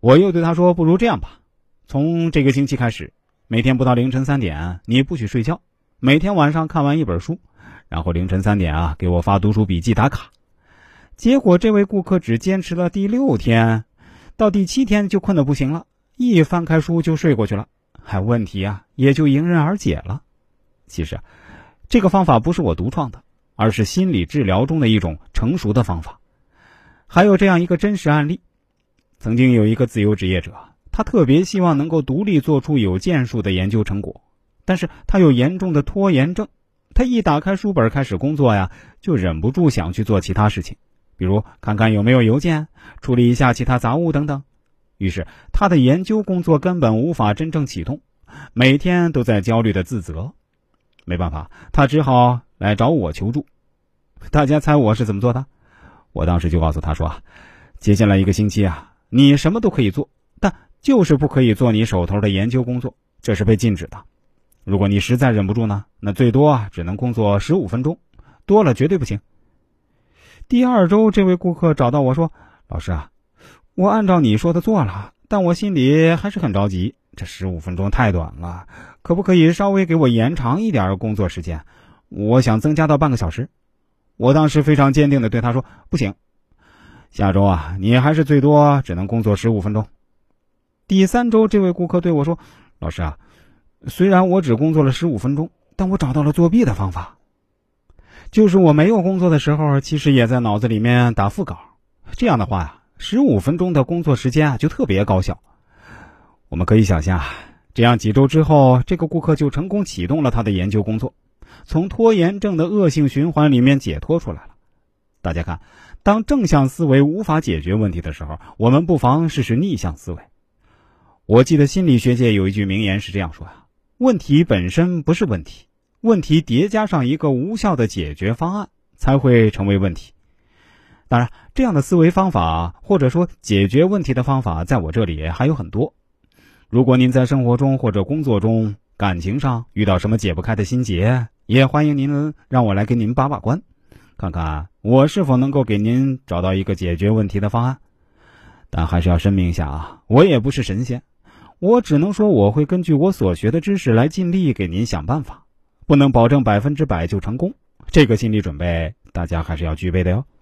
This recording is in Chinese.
我又对他说，不如这样吧，从这个星期开始，每天不到凌晨3点你不许睡觉，每天晚上看完一本书，然后凌晨3点给我发读书笔记打卡。结果这位顾客只坚持了第6天，到第7天就困得不行了，一翻开书就睡过去了，问题也就迎刃而解了。其实这个方法不是我独创的，而是心理治疗中的一种成熟的方法。还有这样一个真实案例，曾经有一个自由职业者，他特别希望能够独立做出有建树的研究成果，但是他有严重的拖延症，他一打开书本开始工作就忍不住想去做其他事情，比如看看有没有邮件，处理一下其他杂物等等。于是他的研究工作根本无法真正启动，每天都在焦虑的自责。没办法，他只好来找我求助。大家猜我是怎么做的？我当时就告诉他说，接下来1个星期你什么都可以做，但就是不可以做你手头的研究工作，这是被禁止的。如果你实在忍不住呢，那最多只能工作15分钟，多了绝对不行。第2周，这位顾客找到我说，老师我按照你说的做了，但我心里还是很着急，这15分钟太短了，可不可以稍微给我延长一点工作时间？我想增加到半个小时。我当时非常坚定地对他说，不行，下周你还是最多只能工作15分钟。第3周，这位顾客对我说，老师虽然我只工作了15分钟，但我找到了作弊的方法。就是我没有工作的时候，其实也在脑子里面打副稿，这样的话15分钟的工作时间就特别高效。我们可以想象，这样几周之后，这个顾客就成功启动了他的研究工作，从拖延症的恶性循环里面解脱出来了。大家看，当正向思维无法解决问题的时候，我们不妨试试逆向思维。我记得心理学界有一句名言是这样说，问题本身不是问题，问题叠加上一个无效的解决方案才会成为问题。当然，这样的思维方法或者说解决问题的方法在我这里还有很多。如果您在生活中或者工作中、感情上遇到什么解不开的心结，也欢迎您让我来给您把把关，看看我是否能够给您找到一个解决问题的方案。但还是要声明一下我也不是神仙，我只能说我会根据我所学的知识来尽力给您想办法，不能保证100%就成功，这个心理准备大家还是要具备的哟。